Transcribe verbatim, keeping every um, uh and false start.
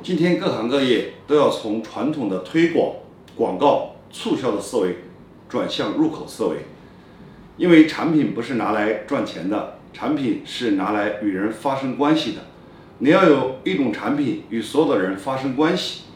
今天各行各业都要从传统的推广、广告、促销的思维转向入口思维，因为产品不是拿来赚钱的，产品是拿来与人发生关系的。你要有一种产品与所有的人发生关系，